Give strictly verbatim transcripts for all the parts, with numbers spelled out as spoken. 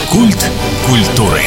Культ культуры.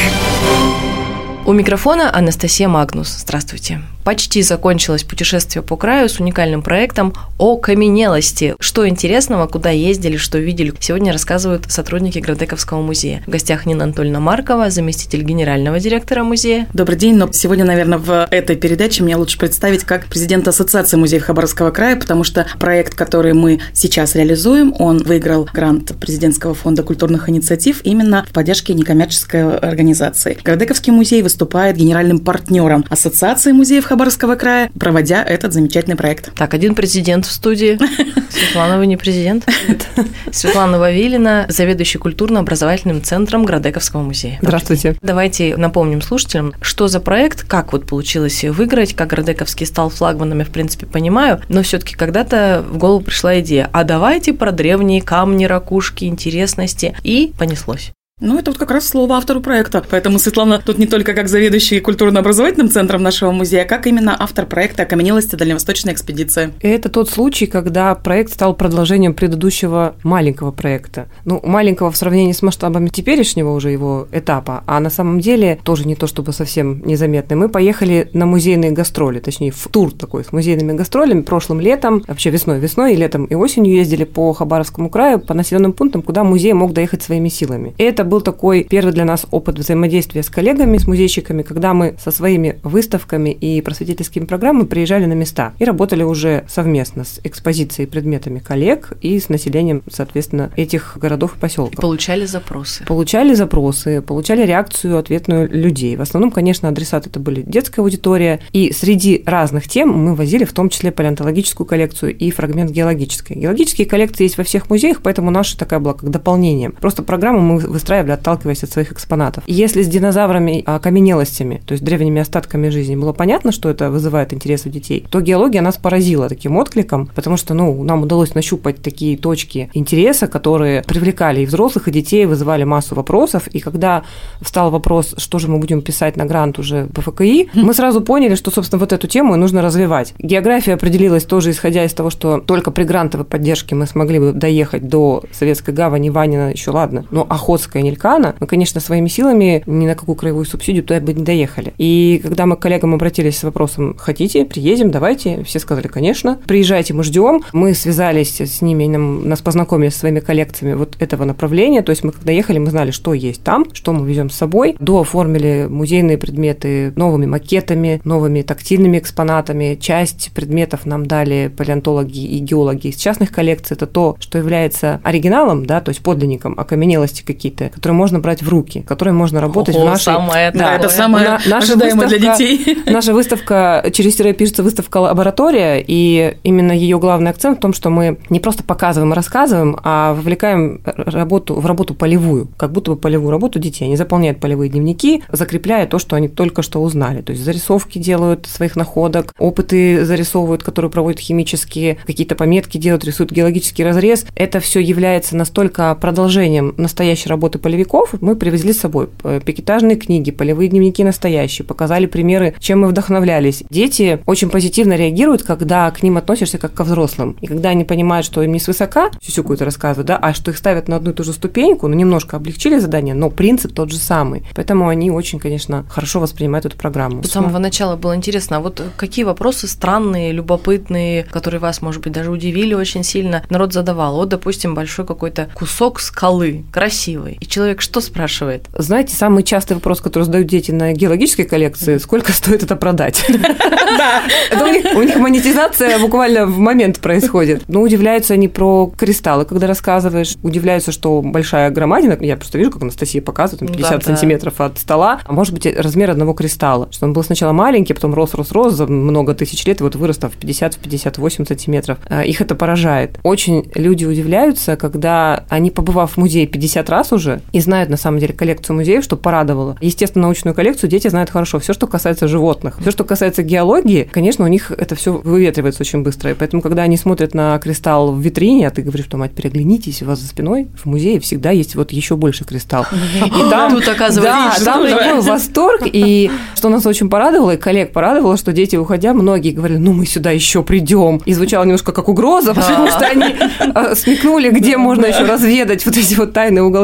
У микрофона Анастасия Магнус. Здравствуйте. Почти закончилось путешествие по краю с уникальным проектом «Окаменелости». Что интересного, куда ездили, что видели, сегодня рассказывают сотрудники Градековского музея. В гостях Нина Анатольевна Маркова, заместитель генерального директора музея. Добрый день, но сегодня, наверное, в этой передаче мне лучше представить как президента Ассоциации музеев Хабаровского края, потому что проект, который мы сейчас реализуем, он выиграл грант Президентского фонда культурных инициатив именно в поддержке некоммерческой организации. Градековский музей выступает генеральным партнером Ассоциации музеев Хабаровского края, проводя этот замечательный проект. Так, один президент в студии. Светлана, вы не президент? Светлана Вавилина, заведующий культурно-образовательным центром Градековского музея. Здравствуйте. Давайте напомним слушателям, что за проект, как вот получилось выиграть, как Градековский стал флагманом, я в принципе понимаю, но все-таки когда-то в голову пришла идея, а давайте про древние камни, ракушки, интересности, и понеслось. Ну, это вот как раз слово автору проекта. Поэтому Светлана тут не только как заведующий культурно-образовательным центром нашего музея, а как именно автор проекта «Окаменелости. Дальневосточная экспедиция». Это тот случай, когда проект стал продолжением предыдущего маленького проекта. Ну, маленького в сравнении с масштабами теперешнего уже его этапа, а на самом деле тоже не то чтобы совсем незаметный. Мы поехали на музейные гастроли, точнее, в тур такой с музейными гастролями прошлым летом, вообще весной, весной и летом и осенью ездили по Хабаровскому краю, по населенным пунктам, куда музей мог доехать своими силами. И это был такой первый для нас опыт взаимодействия с коллегами, с музейщиками, когда мы со своими выставками и просветительскими программами приезжали на места и работали уже совместно с экспозицией и предметами коллег и с населением, соответственно, этих городов и поселков. И получали запросы. Получали запросы, получали реакцию ответную людей. В основном, конечно, адресаты это были детская аудитория, и среди разных тем мы возили в том числе палеонтологическую коллекцию и фрагмент геологической. Геологические коллекции есть во всех музеях, поэтому наша такая была как дополнение. Просто программу мы выстраивали, отталкиваясь от своих экспонатов. И если с динозаврами, окаменелостями, то есть древними остатками жизни, было понятно, что это вызывает интерес у детей, то геология нас поразила таким откликом, потому что, ну, нам удалось нащупать такие точки интереса, которые привлекали и взрослых, и детей, вызывали массу вопросов. И когда встал вопрос, что же мы будем писать на грант уже по эф ка и, мы сразу поняли, что, собственно, вот эту тему нужно развивать. География определилась тоже исходя из того, что только при грантовой поддержке мы смогли бы доехать до Советской гавани, Ванина, еще ладно, но Охотская, Нелькана, мы, конечно, своими силами ни на какую краевую субсидию туда бы не доехали. И когда мы к коллегам обратились с вопросом, хотите, приедем, давайте, все сказали, конечно, приезжайте, мы ждем. Мы связались с ними, нам, нас познакомили со своими коллекциями вот этого направления, то есть мы, когда ехали, мы знали, что есть там, что мы везем с собой, дооформили музейные предметы новыми макетами, новыми тактильными экспонатами. Часть предметов нам дали палеонтологи и геологи из частных коллекций, это то, что является оригиналом, да, то есть подлинником, окаменелости какие-то, которые можно брать в руки, которые можно работать Ого, в нашей... Самое да, это самое на, наша ожидаемое выставка, для детей. Наша выставка, через тире пишется выставка «Лаборатория», и именно ее главный акцент в том, что мы не просто показываем и рассказываем, а вовлекаем работу, в работу полевую, как будто бы полевую работу детей. Они заполняют полевые дневники, закрепляя то, что они только что узнали. То есть зарисовки делают своих находок, опыты зарисовывают, которые проводят химические, какие-то пометки делают, рисуют геологический разрез. Это все является настолько продолжением настоящей работы полевиков. Мы привезли с собой пикетажные книги, полевые дневники настоящие, показали примеры, чем мы вдохновлялись. Дети очень позитивно реагируют, когда к ним относишься как ко взрослым. И когда они понимают, что им не свысока сюсюкают и рассказывают, да, а что их ставят на одну и ту же ступеньку, ну, немножко облегчили задание, но принцип тот же самый. Поэтому они очень, конечно, хорошо воспринимают эту программу. С самого начала было интересно, а вот какие вопросы странные, любопытные, которые вас, может быть, даже удивили очень сильно, народ задавал? Вот, допустим, большой какой-то кусок скалы, красивый. И человек что спрашивает? Знаете, самый частый вопрос, который задают дети на геологической коллекции, сколько стоит это продать? Да. У них монетизация буквально в момент происходит. Но удивляются они про кристаллы, когда рассказываешь. Удивляются, что большая громадина, я просто вижу, как Анастасия показывает, пятьдесят сантиметров от стола, а может быть размер одного кристалла. Что он был сначала маленький, потом рос, рос, рос за много тысяч лет, и вот вырос в пятьдесят-пятьдесят восемь сантиметров. Их это поражает. Очень люди удивляются, когда они, побывав в музее пятьдесят раз уже, и знают на самом деле коллекцию музеев, что порадовало. Естественно, научную коллекцию дети знают хорошо. Все, что касается животных. Все, что касается геологии, конечно, у них это все выветривается очень быстро. И поэтому, когда они смотрят на кристалл в витрине, а ты говоришь, что, мать, перегляните, у вас за спиной в музее всегда есть вот еще больше кристалл. И там, тут, оказывается, да, там такой восторг. И что нас очень порадовало, и коллег порадовало, что дети, уходя, многие говорили, ну, мы сюда еще придем. И звучало немножко как угроза, потому что они смекнули, где можно еще разведать вот эти вот тайные уголки и чего.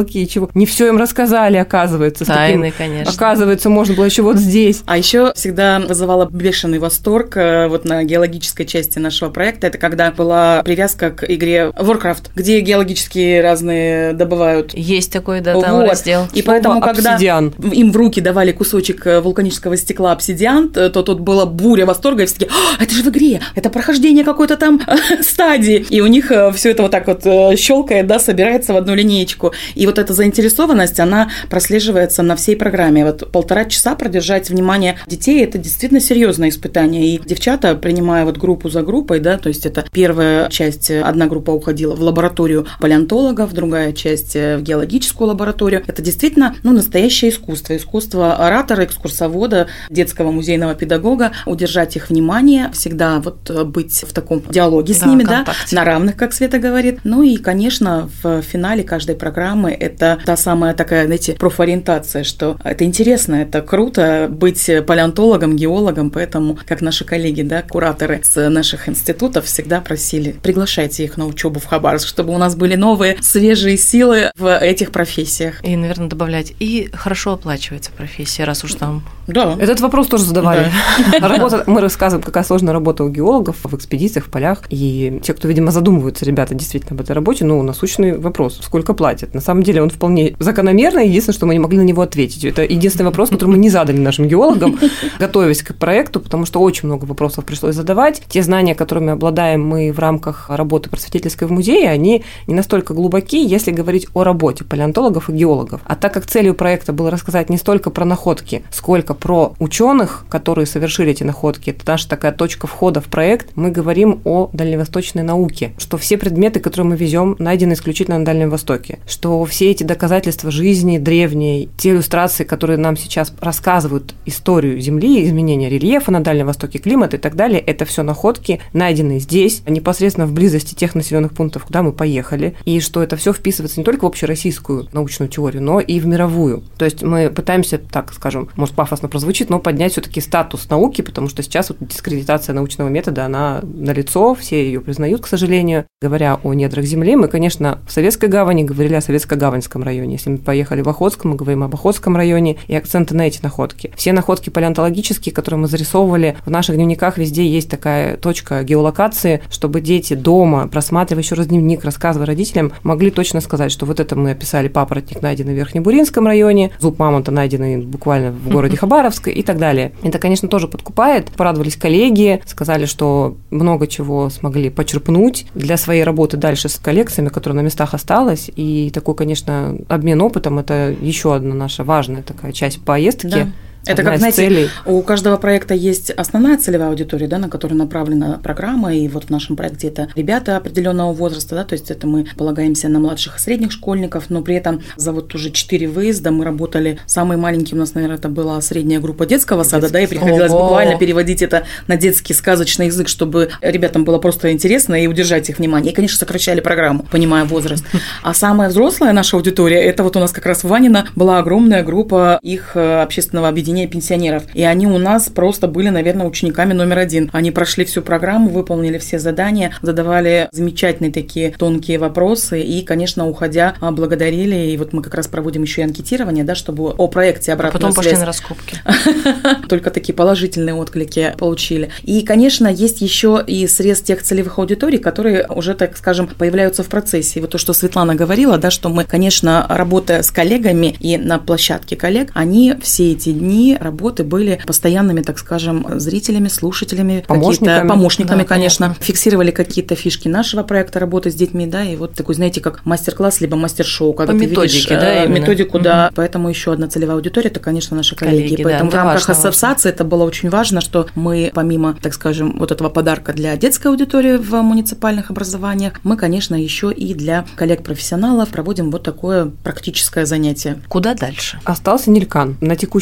что не все им рассказали, оказывается. Тайны, таким, конечно. Оказывается, можно было еще вот здесь. А еще всегда вызывало бешеный восторг вот на геологической части нашего проекта. Это когда была привязка к игре Warcraft, где геологические разные добывают. Есть такой, да, там вот. раздел. И поэтому, когда обсидиан. им в руки давали кусочек вулканического стекла обсидиан, то тут была буря восторга, и все такие: «А, это же в игре, это прохождение какой-то там стадии». И у них все это вот так вот щелкает, да, собирается в одну линеечку. И вот эта заинтересованность, она прослеживается на всей программе. Вот полтора часа продержать внимание детей – это действительно серьезное испытание. И девчата, принимая вот группу за группой, да, то есть это первая часть, одна группа уходила в лабораторию палеонтологов, другая часть в геологическую лабораторию. Это действительно, ну, настоящее искусство. Искусство оратора, экскурсовода, детского музейного педагога, удержать их внимание, всегда вот быть в таком диалоге с да, ними, контакте. Да, на равных, как Света говорит. Ну и, конечно, в финале каждой программы это та самая такая, знаете, профориентация, что это интересно, это круто быть палеонтологом, геологом, поэтому, как наши коллеги, да, кураторы с наших институтов всегда просили: приглашайте их на учебу в Хабаровск, чтобы у нас были новые, свежие силы в этих профессиях. И, наверное, добавлять, и хорошо оплачивается профессия, раз уж там... Да. Этот вопрос тоже задавали. Да. Работа, мы рассказываем, какая сложная работа у геологов в экспедициях, в полях. И те, кто, видимо, задумываются, ребята, действительно об этой работе, ну, насущный вопрос: сколько платят? На самом деле он вполне закономерный, единственное, что мы не могли на него ответить. Это единственный вопрос, который мы не задали нашим геологам, готовясь к проекту, потому что очень много вопросов пришлось задавать. Те знания, которыми обладаем мы в рамках работы просветительской в музее, они не настолько глубоки, если говорить о работе палеонтологов и геологов. А так как целью проекта было рассказать не столько про находки, сколько про ученых, которые совершили эти находки, это наша такая точка входа в проект, мы говорим о дальневосточной науке, что все предметы, которые мы везем, найдены исключительно на Дальнем Востоке, что все эти доказательства жизни древней, те иллюстрации, которые нам сейчас рассказывают историю Земли, изменения рельефа на Дальнем Востоке, климат и так далее, это все находки, найденные здесь, непосредственно в близости тех населенных пунктов, куда мы поехали, и что это все вписывается не только в общероссийскую научную теорию, но и в мировую. То есть мы пытаемся, так скажем, может, пафосно прозвучит, но поднять все-таки статус науки, потому что сейчас вот дискредитация научного метода, она налицо, все ее признают, к сожалению. Говоря о недрах Земли, мы, конечно, в Советской Гавани говорили о Советско-Гаваньском районе. Если мы поехали в Охотск, мы говорим об Охотском районе, и акценты на эти находки. Все находки палеонтологические, которые мы зарисовывали, в наших дневниках везде есть такая точка геолокации, чтобы дети дома, просматривая еще раз дневник, рассказывая родителям, могли точно сказать, что вот это мы описали: папоротник, найденный в Верхнебуринском районе, зуб мамонта, найденный буквально в городе Хабаровск и так далее. Это, конечно, тоже подкупает. Порадовались коллеги, сказали, что много чего смогли почерпнуть для своей работы дальше с коллекциями, которые на местах осталось. И такой, конечно, обмен опытом – это еще одна наша важная такая часть поездки. Да. Это, Одна как, знаете, целей. У каждого проекта есть основная целевая аудитория, да, на которую направлена программа, и вот в нашем проекте это ребята определенного возраста, да, то есть это мы полагаемся на младших и средних школьников, но при этом за вот уже четыре выезда мы работали, самый маленький у нас, наверное, это была средняя группа детского сада, Детский. да, и приходилось Ого. буквально переводить это на детский сказочный язык, чтобы ребятам было просто интересно и удержать их внимание. И, конечно, сокращали программу, понимая возраст. А самая взрослая наша аудитория, это вот у нас как раз в Ванино была огромная группа их общественного объединения пенсионеров. И они у нас просто были, наверное, учениками номер один. Они прошли всю программу, выполнили все задания, задавали замечательные такие тонкие вопросы и, конечно, уходя, благодарили. И вот мы как раз проводим еще и анкетирование, да, чтобы о проекте обратную связь. Потом пошли на раскопки. Только такие положительные отклики получили. И, конечно, есть еще и срез тех целевых аудиторий, которые уже, так скажем, появляются в процессе. И вот то, что Светлана говорила, да, что мы, конечно, работая с коллегами и на площадке коллег, они все эти дни работы были постоянными, так скажем, зрителями, слушателями, помощниками, помощниками, да, конечно, понятно. Фиксировали какие-то фишки нашего проекта работы с детьми, да, и вот такой, знаете, как мастер-класс, либо мастер-шоу, когда По ты методике, видишь да, методику, да, угу. Поэтому еще одна целевая аудитория, это, конечно, наши коллеги. коллеги Поэтому да, в рамках важно, ассоциации важно. Это было очень важно, что мы, помимо, так скажем, вот этого подарка для детской аудитории в муниципальных образованиях, мы, конечно, еще и для коллег-профессионалов проводим вот такое практическое занятие. Куда дальше? Остался Нилькан. На текущий момент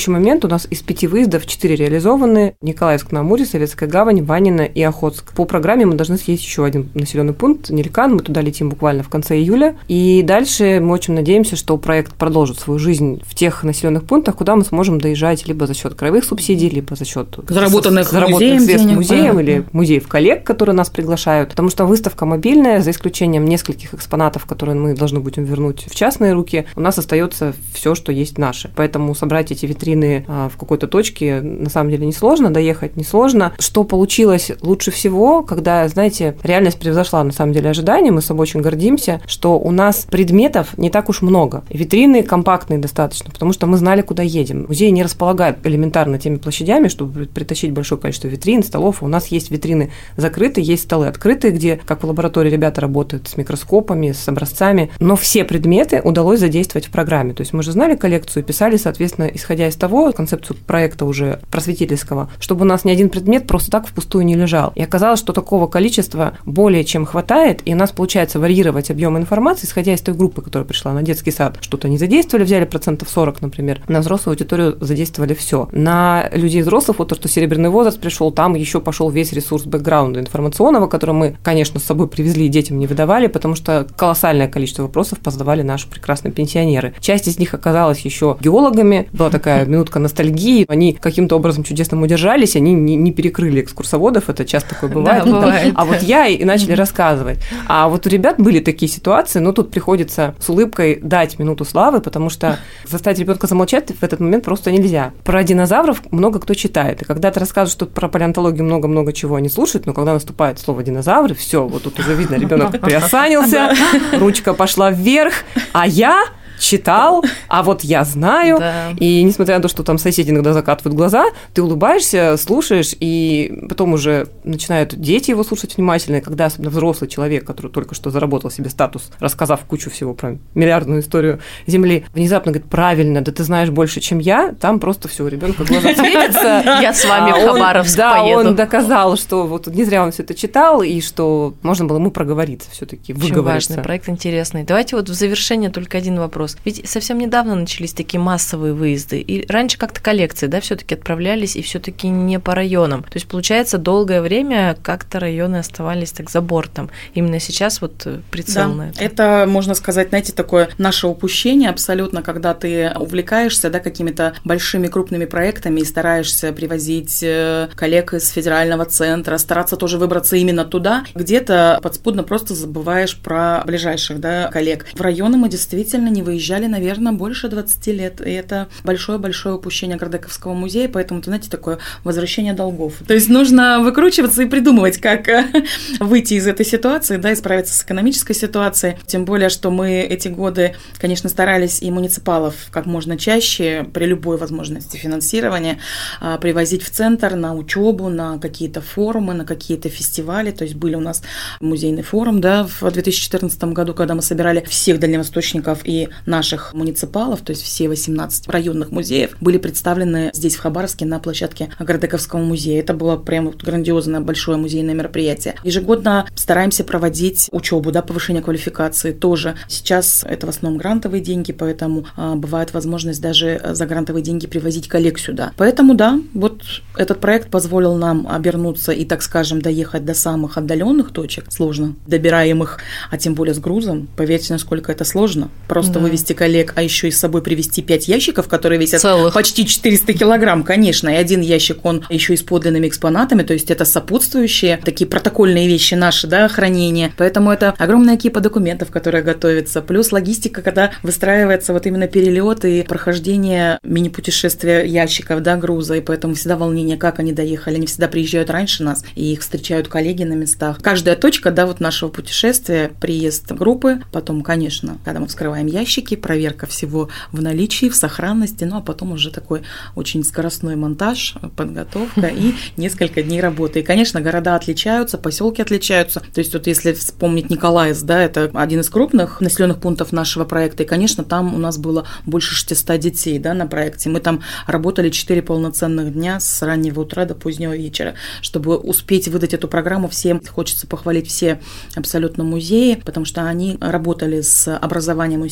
у нас из пяти выездов четыре реализованы. Николаевск на Амуре, Советская гавань, Ванино и Охотск. По программе мы должны съездить еще один населенный пункт, Нерекан. Мы туда летим буквально в конце июля. И дальше мы очень надеемся, что проект продолжит свою жизнь в тех населенных пунктах, куда мы сможем доезжать либо за счет краевых субсидий, либо за счет заработанных, заработанных музеем средств денег, музеем да. или музеев коллег, которые нас приглашают. Потому что выставка мобильная, за исключением нескольких экспонатов, которые мы должны будем вернуть в частные руки, у нас остается все, что есть наше. Поэтому собрать эти витрины в какой-то точке на самом деле несложно, доехать несложно. Что получилось лучше всего, когда, знаете, реальность превзошла на самом деле ожидания, мы с собой очень гордимся, что у нас предметов не так уж много. Витрины компактные достаточно, потому что мы знали, куда едем. Музей не располагает элементарно теми площадями, чтобы притащить большое количество витрин, столов. У нас есть витрины закрытые, есть столы открытые, где, как в лаборатории, ребята работают с микроскопами, с образцами, но все предметы удалось задействовать в программе. То есть мы же знали коллекцию, писали, соответственно, исходя из того, концепцию проекта уже просветительского, чтобы у нас ни один предмет просто так впустую не лежал. И оказалось, что такого количества более чем хватает, и у нас получается варьировать объем информации, исходя из той группы, которая пришла на детский сад. Что-то не задействовали, взяли процентов сорок, например. На взрослую аудиторию задействовали все. На людей взрослых, вот то, что серебряный возраст пришел, там еще пошел весь ресурс бэкграунда информационного, который мы, конечно, с собой привезли и детям не выдавали, потому что колоссальное количество вопросов позадавали наши прекрасные пенсионеры. Часть из них оказалась еще геологами, была такая минутка ностальгии, они каким-то образом чудесно удержались, они не, не перекрыли экскурсоводов, это часто такое бывает. Да, бывает. А вот я и начали рассказывать. А вот у ребят были такие ситуации, но тут приходится с улыбкой дать минуту славы, потому что заставить ребенка замолчать в этот момент просто нельзя. Про динозавров много кто читает, и когда ты рассказываешь, что про палеонтологию много-много чего они слушают, но когда наступает слово динозавры, все, вот тут уже видно, ребенок приосанился, ручка пошла вверх, а я читал, а вот я знаю. Да. И несмотря на то, что там соседи иногда закатывают глаза, ты улыбаешься, слушаешь, и потом уже начинают дети его слушать внимательно, и когда особенно взрослый человек, который только что заработал себе статус, рассказав кучу всего про миллиардную историю Земли, внезапно говорит: правильно, да ты знаешь больше, чем я, там просто все, у ребенка глаза светятся. Я с вами в Хабаровск поеду. Да, он доказал, что вот не зря он все это читал, и что можно было ему проговориться все-таки, выговориться. Очень важный проект, интересный. Давайте вот в завершение только один вопрос. Ведь совсем недавно начались такие массовые выезды, и раньше как-то коллекции, да, все-таки отправлялись, и все-таки не по районам. То есть, получается, долгое время как-то районы оставались так за бортом. Именно сейчас вот прицел да, на это. Это, можно сказать, знаете, такое наше упущение абсолютно, когда ты увлекаешься, да, какими-то большими крупными проектами и стараешься привозить коллег из федерального центра, стараться тоже выбраться именно туда, где-то подспудно просто забываешь про ближайших, да, коллег. В районы мы действительно не выезжали, наверное, больше двадцати лет, и это большое-большое упущение Гродековского музея, поэтому, знаете, такое возвращение долгов. То есть нужно выкручиваться и придумывать, как выйти из этой ситуации, да, и справиться с экономической ситуацией, тем более, что мы эти годы, конечно, старались и муниципалов как можно чаще, при любой возможности финансирования, привозить в центр на учебу, на какие-то форумы, на какие-то фестивали, то есть были у нас музейный форум, да, в две тысячи четырнадцатом году, когда мы собирали всех дальневосточников и наших муниципалов, то есть все восемнадцать районных музеев, были представлены здесь, в Хабаровске, на площадке Гродековского музея. Это было прям грандиозное большое музейное мероприятие. Ежегодно стараемся проводить учебу, да, повышение квалификации тоже. Сейчас это в основном грантовые деньги, поэтому а, бывает возможность даже за грантовые деньги привозить коллег сюда. Поэтому, да, вот этот проект позволил нам обернуться и, так скажем, доехать до самых отдаленных точек, сложно добираемых, а тем более с грузом. Поверьте, насколько это сложно. Просто да. вывести коллег, а еще и с собой привезти пять ящиков, которые весят Целых. почти четыреста килограмм, конечно, и один ящик, он еще и с подлинными экспонатами, то есть это сопутствующие такие протокольные вещи наши, да, хранения. Поэтому это огромная кипа документов, которые готовятся, плюс логистика, когда выстраивается вот именно перелет и прохождение мини-путешествия ящиков, да, груза, и поэтому всегда волнение, как они доехали, они всегда приезжают раньше нас, и их встречают коллеги на местах. Каждая точка, да, вот нашего путешествия, приезд группы, потом, конечно, когда мы вскрываем ящики, проверка всего в наличии, в сохранности, ну а потом уже такой очень скоростной монтаж, подготовка и несколько дней работы. И, конечно, города отличаются, поселки отличаются. То есть вот если вспомнить Николаевск, да, это один из крупных населенных пунктов нашего проекта, и, конечно, там у нас было больше шестисот детей, да, на проекте. Мы там работали четыре полноценных дня с раннего утра до позднего вечера, чтобы успеть выдать эту программу всем. Хочется похвалить все абсолютно музеи, потому что они работали с образованием у себя на местах,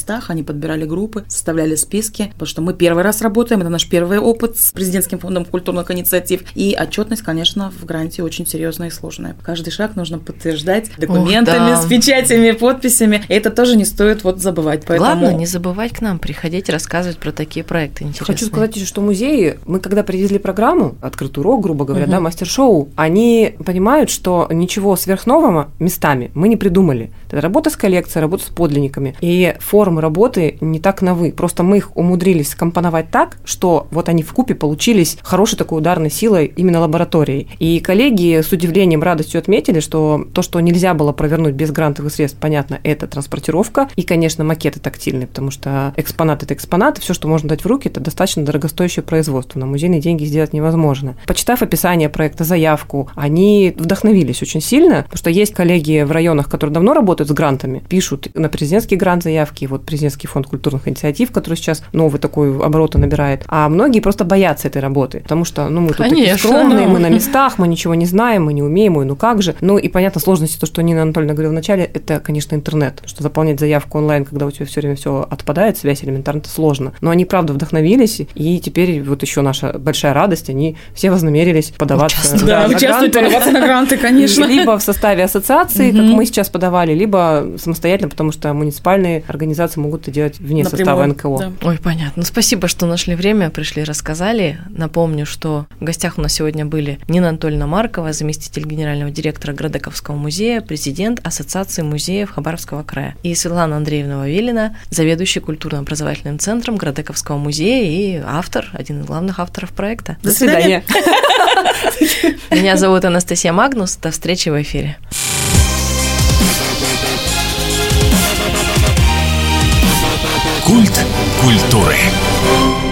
местах, они подбирали группы, составляли списки, потому что мы первый раз работаем, это наш первый опыт с президентским фондом культурных инициатив, и отчетность, конечно, в гранте очень серьезная и сложная. Каждый шаг нужно подтверждать документами, Ух, да. с печатями, подписями, и это тоже не стоит вот забывать. Поэтому... Главное не забывать к нам приходить, рассказывать про такие проекты интересные. Хочу сказать еще, что музеи, мы когда привезли программу, открытый урок, грубо говоря, угу. да, мастер-шоу, они понимают, что ничего сверхнового местами мы не придумали. Это работа с коллекцией, работа с подлинниками. И формы работы не так новы. Просто мы их умудрились скомпоновать так, что вот они вкупе получились хорошей такой ударной силой именно лабораторией. И коллеги с удивлением, радостью отметили, что то, что нельзя было провернуть без грантовых средств, понятно, это транспортировка и, конечно, макеты тактильные, потому что экспонат – это экспонат, и все, что можно дать в руки, это достаточно дорогостоящее производство. На музейные деньги сделать невозможно. Почитав описание проекта, заявку, они вдохновились очень сильно, потому что есть коллеги в районах, которые давно работают с грантами, пишут на президентский грант заявки, вот президентский фонд культурных инициатив, который сейчас новый такой обороты набирает, а многие просто боятся этой работы, потому что, ну, мы тут Конечно. такие скромные, мы на местах, мы ничего не знаем, мы не умеем, ой, ну как же. Ну, и понятно, сложности, то, что Нина Анатольевна говорила вначале, это, конечно, интернет, что заполнять заявку онлайн, когда у тебя все время все отпадает, связь элементарно, это сложно. Но они, правда, вдохновились, и теперь вот еще наша большая радость, они все вознамерились подаваться. Участвовать, да, на участвовать, подаваться на гранты, конечно. Либо в составе ассоциации, как мы сейчас подавали, либо самостоятельно, потому что муниципальные организации могут это делать вне Напрямую, состава эн ка о. Да. Ой, понятно. Спасибо, что нашли время, пришли, рассказали. Напомню, что в гостях у нас сегодня были Нина Анатольевна Маркова, заместитель генерального директора Градековского музея, президент Ассоциации музеев Хабаровского края, и Светлана Андреевна Вавилина, заведующий культурно-образовательным центром Градековского музея и автор, один из главных авторов проекта. До свидания. Меня зовут Анастасия Магнус. До встречи в эфире. Культ культуры.